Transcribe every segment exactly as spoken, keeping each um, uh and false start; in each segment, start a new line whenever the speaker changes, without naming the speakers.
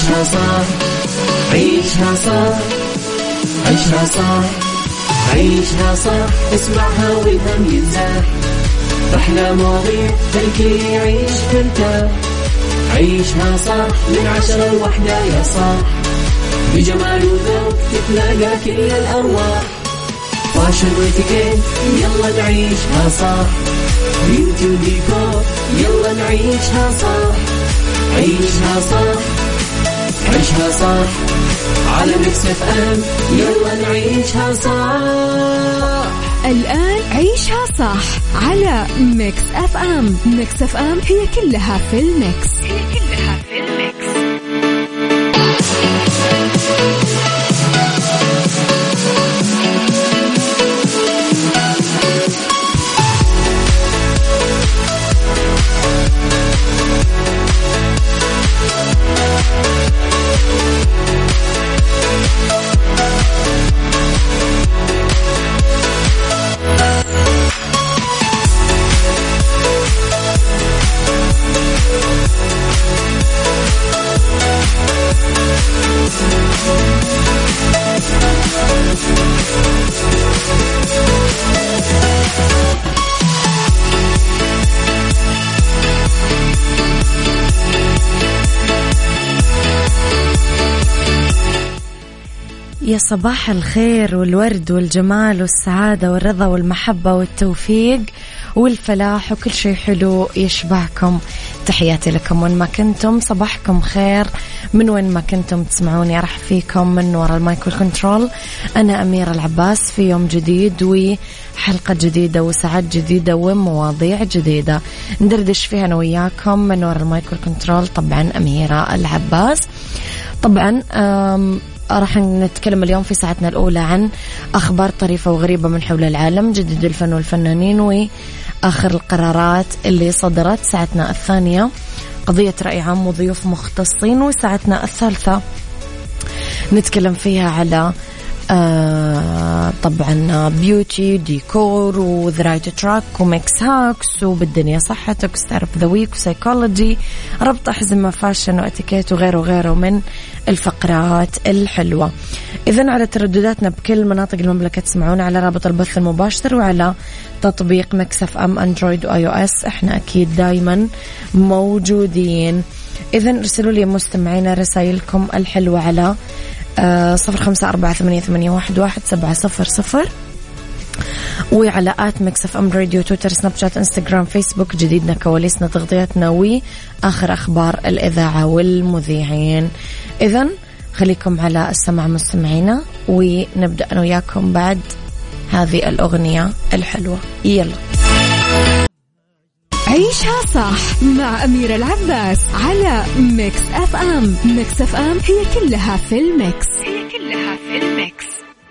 عيشها صح عيشها صح عيشها صح عيشها صح اسمعها والهم ينزاح أحلى مواضيع الكل يعيش ترتاح عيشها صح من عشرة لوحدة يا صاح بجمال وذوق تتلاقى كل الأرواح فاشل واتيكيت يلا نعيشها صح بيوتي وديكور يلا نعيشها صح عيشها صح عيشها صح على ميكس اف ام يلا نعيشها صح.
الآن عيشها صح على ميكس اف ام. ميكس اف ام هي كلها في الميكس هي كلها في الميكس.
يا صباح الخير والورد والجمال والسعادة والرضا والمحبة والتوفيق والفلاح وكل شيء حلو يشبعكم. تحياتي لكم وين ما كنتم، صباحكم خير من وين ما كنتم تسمعوني. أرح فيكم من وراء المايك والكنترول أنا أميرة العباس في يوم جديد وحلقة جديدة وساعات جديدة ومواضيع جديدة ندردش فيها أنا وياكم من وراء المايك والكنترول. طبعا أميرة العباس. طبعا راح نتكلم اليوم في ساعتنا الأولى عن أخبار طريفة وغريبة من حول العالم، جديد الفن والفنانين، وآخر القرارات اللي صدرت. ساعتنا الثانية قضية رأي عام وضيوف مختصين، وساعتنا الثالثة نتكلم فيها على آه طبعا بيوتي ديكور وذرايت تراك وميكس هاكس وبالدنيا صحتك ستارب ذا ويك وسايكولوجي ربط أحزمة فاشن واتيكيت وغيره وغيره من الفقرات الحلوة. إذن على تردداتنا بكل مناطق المملكة تسمعون على رابط البث المباشر وعلى تطبيق ميكس اف ام اندرويد واي او اس. احنا أكيد دايما موجودين. إذن ارسلوا لي مستمعينا رسائلكم الحلوة على صفر خمسة أربعة ثمانية ثمانية واحد واحد سبعة صفر صفر وعلى آت ميكس اف ام راديو تويتر سناب شات انستغرام فيسبوك. جديدنا كواليسنا تغطياتنا وآخر أخبار الإذاعة والمذيعين. إذن خليكم على السمع مستمعينا ونبدأ أنا وياكم بعد هذه الأغنية الحلوة. يلا
عيشها صح مع أميرة العباس على ميكس اف ام. ميكس اف ام هي كلها في الميكس هي كلها في الميكس.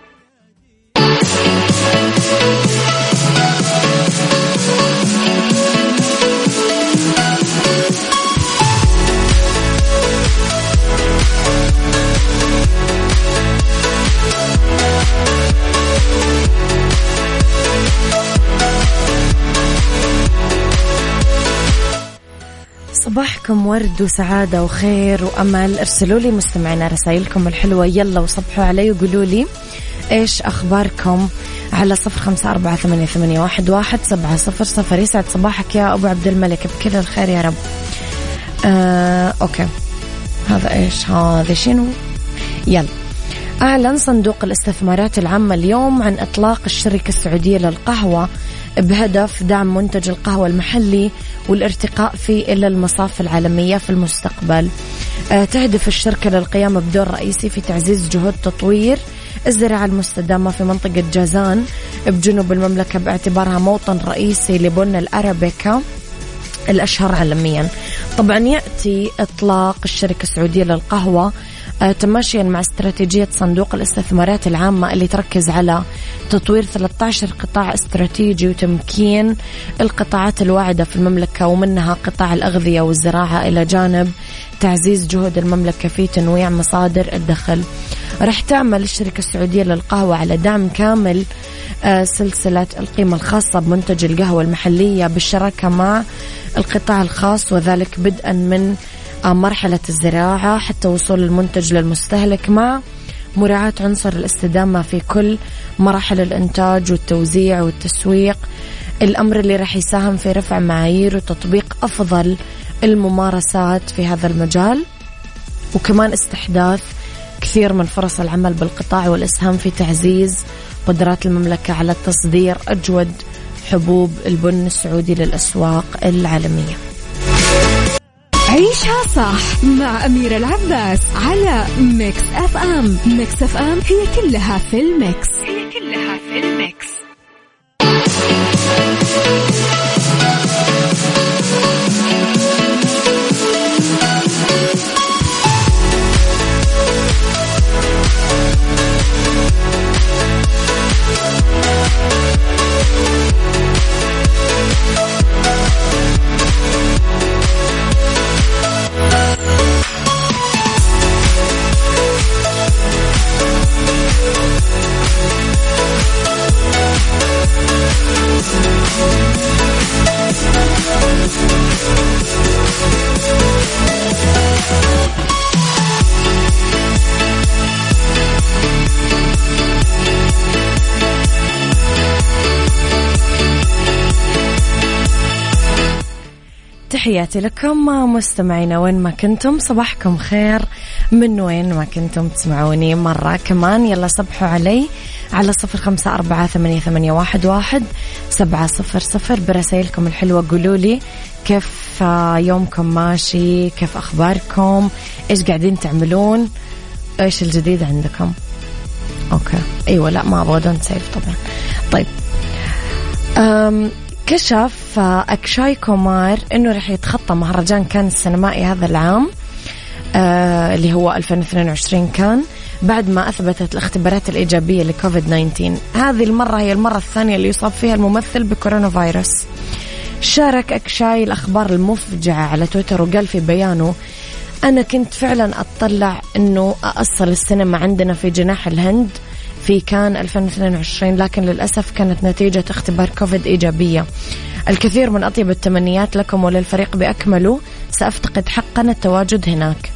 صباحكم ورد وسعادة وخير وأمل. ارسلوا لي مستمعينا رسائلكم الحلوة يلا وصبحوا علي وقولوا لي إيش أخباركم على صفر خمسة أربعة ثمانية ثمانية واحد واحد سبعة صفر صفر. يسعد صباحك يا أبو عبد الملك بكل الخير يا رب. آه، أوكي هذا إيش هذا شنو؟ يلا. أعلن صندوق الاستثمارات العامة اليوم عن إطلاق الشركة السعودية للقهوة بهدف دعم منتج القهوة المحلي والارتقاء فيه إلى المصاف العالمية في المستقبل. تهدف الشركة للقيام بدور رئيسي في تعزيز جهود تطوير الزراعة المستدامة في منطقة جازان بجنوب المملكة باعتبارها موطن رئيسي لبن الأرابيكا الأشهر عالميا. طبعا يأتي إطلاق الشركة السعودية للقهوة تماشيا مع استراتيجية صندوق الاستثمارات العامة اللي تركز على تطوير ثلاثة عشر قطاع استراتيجي وتمكين القطاعات الواعدة في المملكة ومنها قطاع الأغذية والزراعة إلى جانب تعزيز جهود المملكة في تنويع مصادر الدخل. رح تعمل الشركة السعودية للقهوة على دعم كامل سلسلة القيمة الخاصة بمنتج القهوة المحلية بالشراكة مع القطاع الخاص، وذلك بدءا من مرحلة الزراعة حتى وصول المنتج للمستهلك، مع مراعاة عنصر الاستدامة في كل مراحل الإنتاج والتوزيع والتسويق، الأمر اللي راح يساهم في رفع معايير وتطبيق أفضل الممارسات في هذا المجال، وكمان استحداث كثير من فرص العمل بالقطاع والإسهام في تعزيز قدرات المملكة على تصدير أجود حبوب البن السعودي للأسواق العالمية.
عيشها صح مع أميرة العباس على ميكس أف أم. ميكس أف أم هي كلها في الميكس، هي كلها في الميكس.
تحياتي لكم مستمعينا وين ما كنتم، صباحكم خير من وين ما كنتم تسمعوني مرة كمان. يلا صبحوا علي على صفر خمسة أربعة ثمانية ثمانية واحد واحد سبعة صفر صفر برسائلكم الحلوة. قولوا لي كيف يومكم ماشي، كيف أخباركم، إيش قاعدين تعملون، إيش الجديد عندكم. أوكي أيوة لا ما أبغى دون سيف طبعا. طيب أم كشف أكشاي كومار أنه رح يتخطى مهرجان كان السينمائي هذا العام آه اللي هو ألفين واثنين وعشرين كان، بعد ما أثبتت الاختبارات الإيجابية لكوفيد تسعة عشر. هذه المرة هي المرة الثانية اللي يصاب فيها الممثل بكورونا فيروس. شارك أكشاي الأخبار المفجعة على تويتر وقال في بيانه: أنا كنت فعلا أتطلع أنه أصل السينما عندنا في جناح الهند في كان ألفين واثنين وعشرين، لكن للأسف كانت نتيجة اختبار كوفيد إيجابية. الكثير من أطيب التمنيات لكم وللفريق بأكمله، سأفتقد حقا التواجد هناك.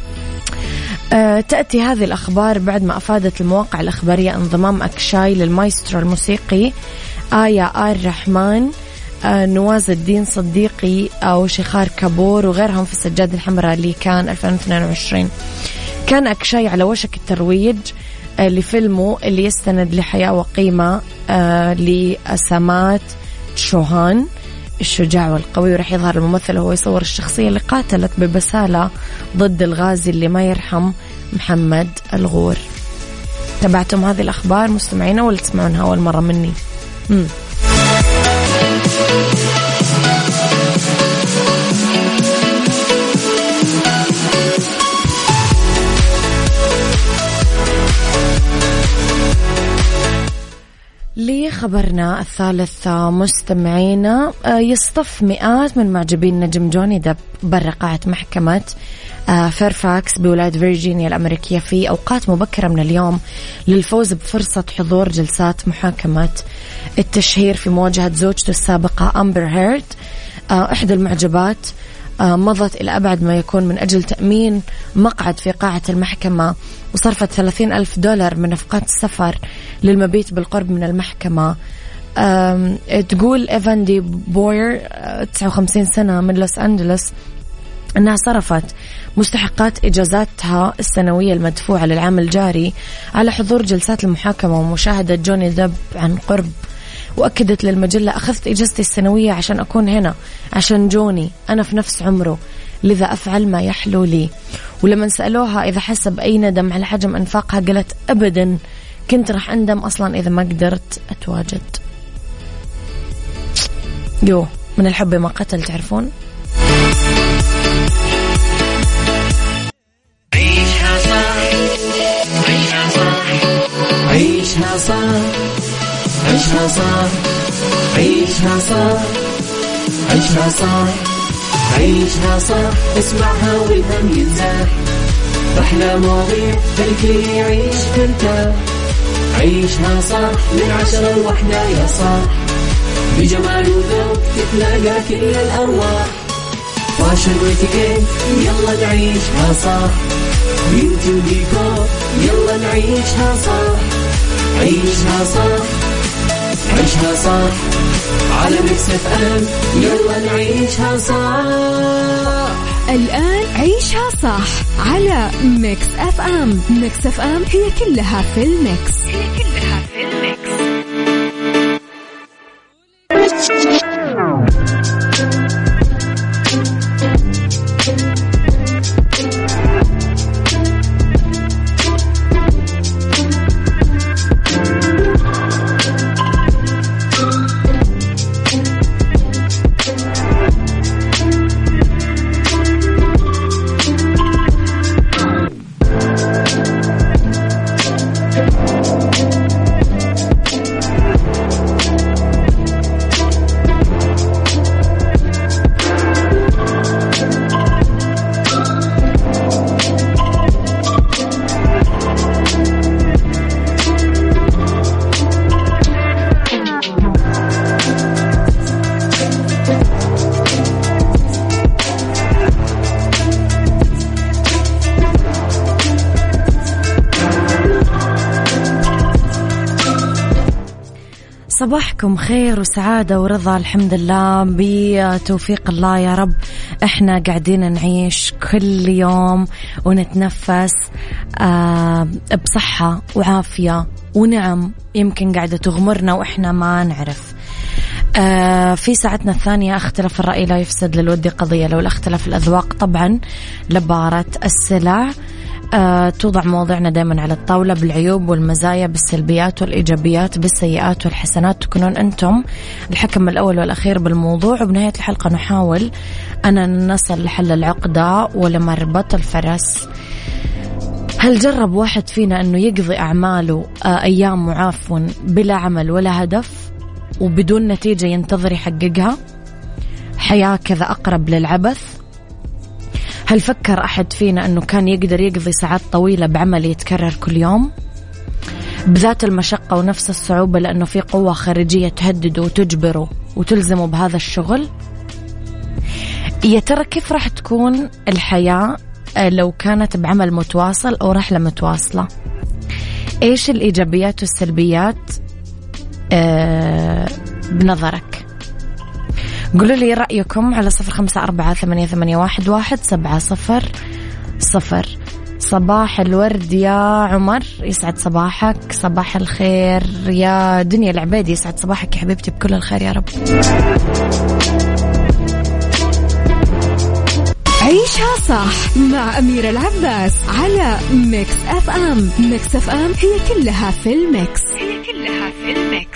أه تأتي هذه الأخبار بعد ما أفادت المواقع الأخبارية انضمام أكشاي للمايسترو الموسيقي آية آر رحمن، أه نواز الدين صديقي أو شخار كابور وغيرهم في السجادة الحمراء اللي كان ألفين واثنين وعشرين. كان أكشاي على وشك الترويج لفيلمه اللي يستند لحياة وقيمة آه لسامات تشوهان الشجاع والقوي، ورح يظهر الممثل وهو يصور الشخصية اللي قاتلت ببسالة ضد الغازي اللي ما يرحم محمد الغور. تابعتم هذه الأخبار مستمعينا ولا تسمعونها أول مرة مني؟ مم. لخبرنا الثالث مستمعينا، يصطف مئات من معجبين نجم جوني ديب برا قاعة محكمة فيرفاكس بولاية فيرجينيا الأمريكية في أوقات مبكرة من اليوم للفوز بفرصة حضور جلسات محاكمة التشهير في مواجهة زوجته السابقة أمبر هيرد. إحدى المعجبات مضت إلى أبعد ما يكون من أجل تأمين مقعد في قاعة المحكمة، وصرفت ثلاثين ألف دولار من نفقات السفر للمبيت بالقرب من المحكمة. تقول إيفان دي بوير تسعة وخمسين سنة من لوس أنجلوس أنها صرفت مستحقات إجازاتها السنوية المدفوعة للعام الجاري على حضور جلسات المحاكمة ومشاهدة جوني ديب عن قرب، وأكدت للمجلة: أخذت إجازتي السنوية عشان أكون هنا عشان جوني، أنا في نفس عمره لذا أفعل ما يحلو لي. ولما سألوها إذا حسب أي ندم على حجم أنفاقها قالت: أبدا، كنت رح أندم أصلا إذا ما قدرت أتواجد. يو من الحب ما قتل، تعرفون.
عيشها صح، عيشها صح، عيشها صح، عيشها صح، عيشها صح، عيشها صح، عيشها صح، اسمعها والهم ينزاح، أحلى مواضيع الكل يعيش ترتاح. عيشها صح من عشرة لوحدة يا صاح، بجمال وذوق تتلاقى كل الأرواح. فاشل واتيكيت يلا نعيشها صح، بيوتي وديكور يلا نعيشها صح، عيشها صح عيشها صح على ميكس اف ام يلا نعيشها صح.
الآن عيشها صح على ميكس اف ام. ميكس اف ام هي كلها في الميكس، هي كلها في الميكس.
صباحكم خير وسعادة ورضا، الحمد لله بتوفيق الله يا رب. احنا قاعدين نعيش كل يوم ونتنفس آه بصحة وعافية ونعم يمكن قاعدة تغمرنا وإحنا ما نعرف. آه في ساعتنا الثانية اختلاف الرأي لا يفسد للود قضية، لو الاختلاف الأذواق طبعا لبارة السلع. أه توضع مواضيعنا دائما على الطاولة بالعيوب والمزايا، بالسلبيات والإيجابيات، بالسيئات والحسنات، تكونون أنتم الحكم الأول والأخير بالموضوع. وبنهاية الحلقة نحاول أن نصل لحل العقدة ولمربط الفرس. هل جرب واحد فينا أنه يقضي أعماله آه أيام عفوا بلا عمل ولا هدف وبدون نتيجة ينتظر يحققها؟ حياة كذا أقرب للعبث. هل فكر أحد فينا أنه كان يقدر يقضي ساعات طويلة بعمل يتكرر كل يوم بذات المشقة ونفس الصعوبة لأنه في قوة خارجية تهدده وتجبره وتلزمه بهذا الشغل؟ يا ترى كيف راح تكون الحياة لو كانت بعمل متواصل أو رحلة متواصلة؟ إيش الإيجابيات والسلبيات آه بنظرك؟ قولوا لي رأيكم على صفر خمسة أربعة ثمانية ثمانية واحد واحد سبعة صفر صفر. صباح الورد يا عمر، يسعد صباحك. صباح الخير يا دنيا العبيد، يسعد صباحك يا حبيبتي بكل الخير يا رب.
عيشها صح مع أميرة العباس على ميكس اف ام. ميكس اف ام هي كلها في الميكس، هي كلها في الميكس.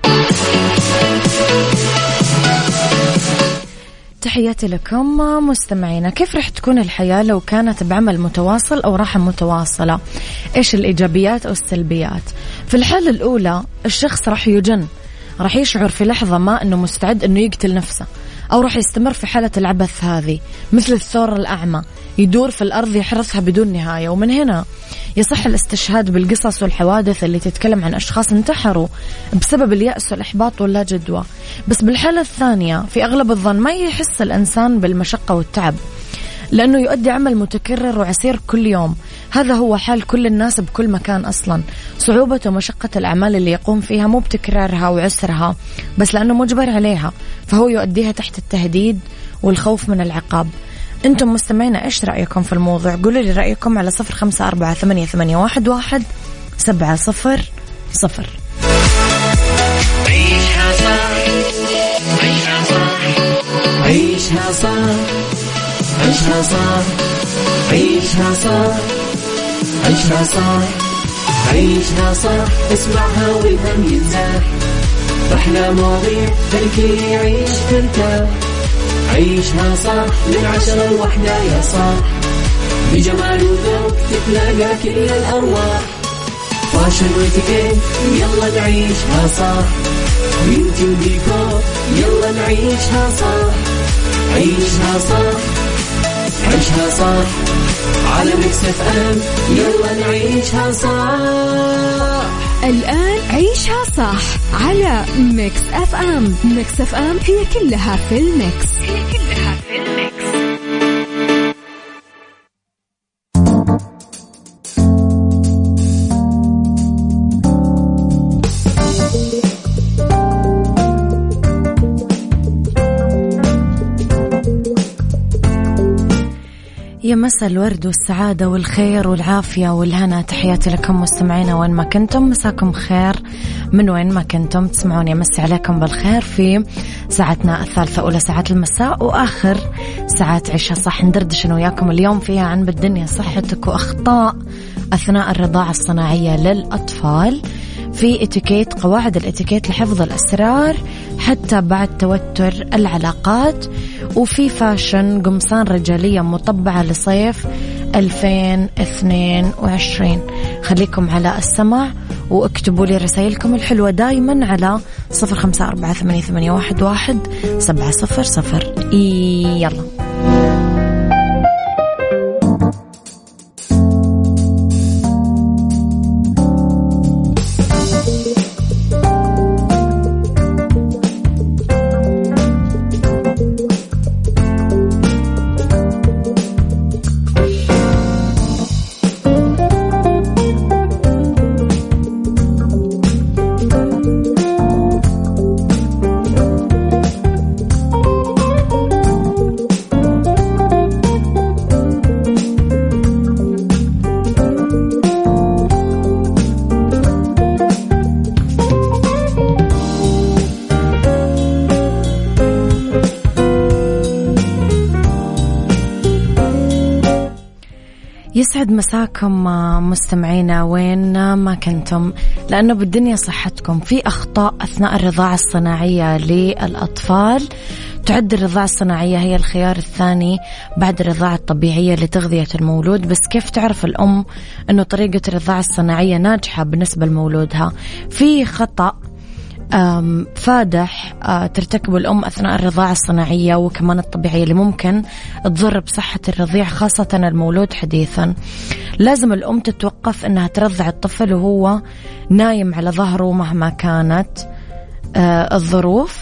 تحياتي لكم مستمعينا. كيف رح تكون الحياة لو كانت بعمل متواصل أو راحة متواصلة؟ إيش الإيجابيات أو السلبيات؟ في الحالة الأولى الشخص رح يجن، رح يشعر في لحظة ما أنه مستعد أنه يقتل نفسه، أو رح يستمر في حالة العبث هذه مثل الثور الأعمى يدور في الأرض يحرثها بدون نهاية. ومن هنا يصح الاستشهاد بالقصص والحوادث اللي تتكلم عن أشخاص انتحروا بسبب اليأس والإحباط واللا جدوى. بس بالحالة الثانية في أغلب الظن ما يحس الإنسان بالمشقة والتعب لأنه يؤدي عمل متكرر وعسير كل يوم. هذا هو حال كل الناس بكل مكان أصلا. صعوبة ومشقة الأعمال اللي يقوم فيها مو بتكرارها وعسرها بس لأنه مجبر عليها، فهو يؤديها تحت التهديد والخوف من العقاب. أنتم مستمعين إيش رأيكم في الموضوع؟ قولوا لي رأيكم على صفر خمسة أربعة ثمانية ثمانية واحد واحد سبعة صفر صفر.
عيشها صح عيشها صح عيشها صح عيشها صح عيشها صح عيشها صح عيشها صح اسمعها والهم ينزاح، أحلى مواضيع خليك يعيش ترتاح. عيشها صح من عشرة لوحدة يا صاح، بجمال وذوق تتلاقى كل الأرواح. فاشل واتيكيت يلا نعيشها صح، بيوتي وديكور يلا نعيشها صح. عيشها صح عيشها صح على ميكس اف ام يلا نعيشها صح.
الآن عيشها صح على ميكس اف ام. ميكس اف ام هي كلها في الميكس، هي كلها في الميكس.
يا مساء الورد والسعادة والخير والعافية والهنا، تحياتي لكم مستمعينا وين ما كنتم، مساكم خير من وين ما كنتم تسمعوني. مسي عليكم بالخير في ساعتنا الثالثة أولى ساعات المساء وآخر ساعات عيشها صح. ندردش أنا وياكم اليوم فيها عن بالدنيا صحتك وأخطاء أثناء الرضاعة الصناعية للأطفال، في اتيكيت، قواعد الاتيكيت لحفظ الأسرار حتى بعد توتر العلاقات، وفي فاشن قمصان رجالية مطبعة لصيف ألفين واثنين وعشرين. خليكم على السمع واكتبوا لي رسائلكم الحلوة دايما على صفر خمسة أربعة ثمانية ثمانية واحد واحد سبعة صفر صفر. يلا يسعد مساكم مستمعينا وين ما كنتم، لأنه بالدنيا صحتكم. في أخطاء أثناء الرضاعة الصناعية للأطفال. تعد الرضاعة الصناعية هي الخيار الثاني بعد الرضاعة الطبيعية لتغذية المولود. بس كيف تعرف الأم أنه طريقة الرضاعة الصناعية ناجحة بالنسبة لمولودها؟ في خطأ فادح ترتكب الأم أثناء الرضاعة الصناعية وكمان الطبيعية اللي ممكن تضر بصحة الرضيع، خاصة المولود حديثا. لازم الأم تتوقف أنها ترضع الطفل وهو نايم على ظهره مهما كانت الظروف.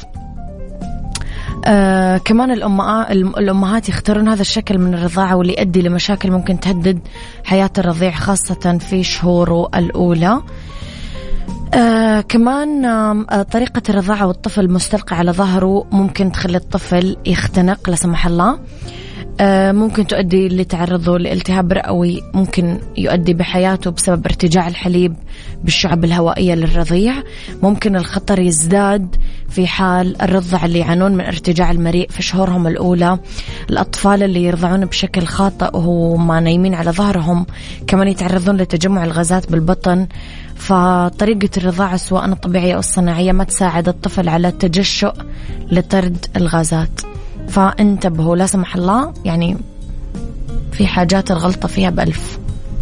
آه كمان الأمهات يختارون هذا الشكل من الرضاعة واللي يؤدي لمشاكل ممكن تهدد حياة الرضيع خاصة في شهوره الأولى. آه كمان آه طريقة الرضاعة والطفل مستلقى على ظهره ممكن تخلي الطفل يختنق لا سمح الله. آه ممكن تؤدي لتعرضه لالتهاب رئوي، ممكن يؤدي بحياته بسبب ارتجاع الحليب بالشعب الهوائية للرضيع. ممكن الخطر يزداد في حال الرضع اللي يعانون من ارتجاع المريء في شهورهم الأولى. الأطفال اللي يرضعون بشكل خاطئ وهم نايمين على ظهرهم كمان يتعرضون لتجمع الغازات بالبطن. فطريقة الرضاعة سواء الطبيعية أو الصناعية ما تساعد الطفل على التجشؤ لطرد الغازات. فانتبهوا لا سمح الله، يعني في حاجات الغلطة فيها بألف.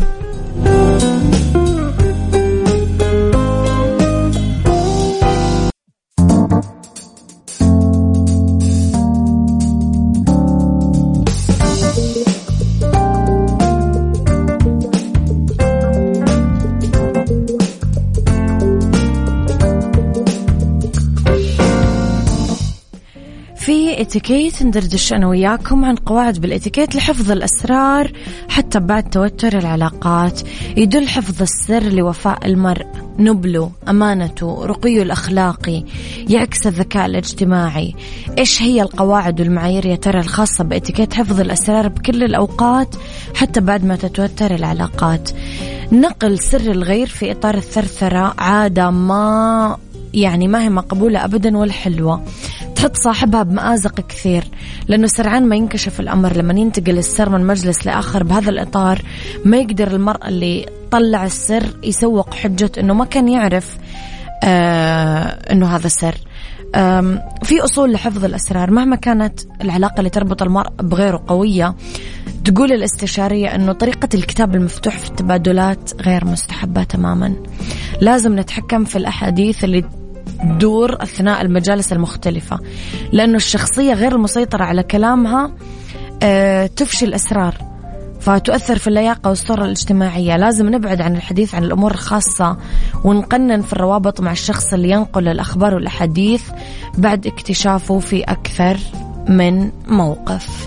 في اتيكيت ندردش أنا وياكم عن قواعد بالاتيكيت لحفظ الأسرار حتى بعد توتر العلاقات. يدل حفظ السر لوفاء المرء، نبله، أمانته، رقيه الأخلاقي، يعكس الذكاء الاجتماعي. إيش هي القواعد والمعايير يا ترى الخاصة باتيكيت حفظ الأسرار بكل الأوقات حتى بعد ما تتوتر العلاقات؟ نقل سر الغير في إطار الثرثرة عادة ما يعني ما هي مقبولة أبدا ولا حلوة، تحط صاحبها بمآزق كثير، لأنه سرعان ما ينكشف الأمر لما ينتقل السر من مجلس لآخر. بهذا الإطار ما يقدر المرأة اللي طلع السر يسوق حجة أنه ما كان يعرف آه أنه هذا سر. في أصول لحفظ الأسرار مهما كانت العلاقة اللي تربط المرء بغيره قوية. تقول الاستشارية أنه طريقة الكتاب المفتوح في التبادلات غير مستحبة تماما. لازم نتحكم في الأحاديث اللي تدور أثناء المجالس المختلفة، لأنه الشخصية غير المسيطرة على كلامها أه تفشي الأسرار فتؤثر في اللياقة والصورة الاجتماعية. لازم نبعد عن الحديث عن الأمور الخاصة ونقنن في الروابط مع الشخص اللي ينقل الأخبار والأحاديث بعد اكتشافه في أكثر من موقف.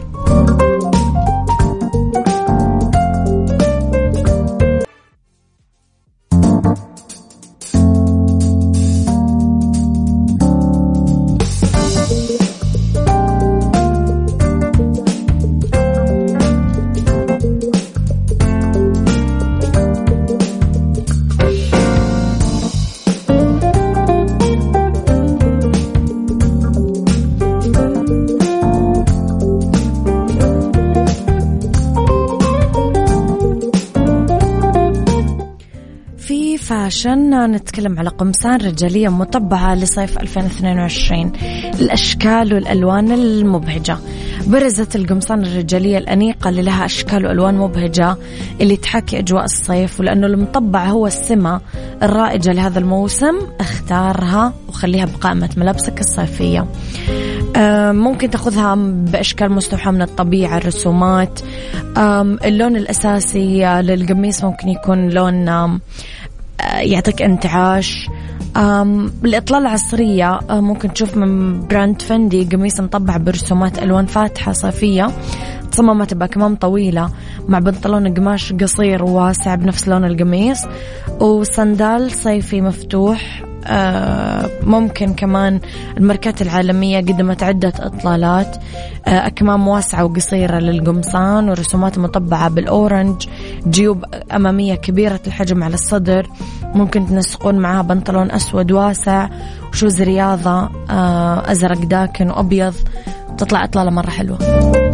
عشان نتكلم على قمصان رجالية مطبعة لصيف ألفين واثنين وعشرين. الأشكال والألوان المبهجة. برزت القمصان الرجالية الأنيقة اللي لها أشكال وألوان مبهجة اللي تحاكي أجواء الصيف، ولأنه المطبع هو السمة الرائجة لهذا الموسم اختارها وخليها بقائمة ملابسك الصيفية. ممكن تأخذها بأشكال مستوحاة من الطبيعة، الرسومات. اللون الأساسي للقميص ممكن يكون لون يعطيك انتعاش. الإطلالة العصرية ممكن تشوف من براند فندي قميص مطبع برسومات ألوان فاتحة صيفية، تصممت بأكمام طويلة مع بنطلون قماش قصير وواسع بنفس لون القميص، وصندال صيفي مفتوح. ممكن كمان الماركات العالمية قدمت عدة إطلالات، أكمام واسعة وقصيرة للقمصان ورسومات مطبعة بالأورنج، جيوب أمامية كبيرة الحجم على الصدر، ممكن تنسقون معها بنطلون أسود واسع وشوز رياضة أزرق داكن وأبيض، تطلع إطلالة مرة حلوة.